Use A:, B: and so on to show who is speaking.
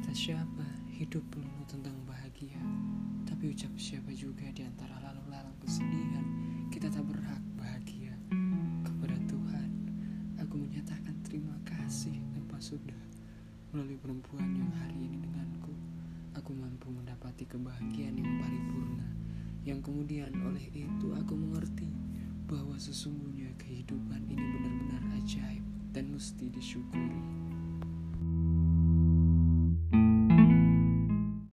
A: Kata siapa hidup penuh tentang bahagia, tapi ucap siapa juga di antara lalu-lalang kesedihan kita tak berhak bahagia. Kepada Tuhan, aku menyatakan terima kasih tanpa sudah. Melalui perempuan yang hari ini denganku, aku mampu mendapati kebahagiaan yang paripurna, yang kemudian oleh itu aku mengerti bahwa sesungguhnya kehidupan ini benar-benar ajaib dan mesti disyukuri.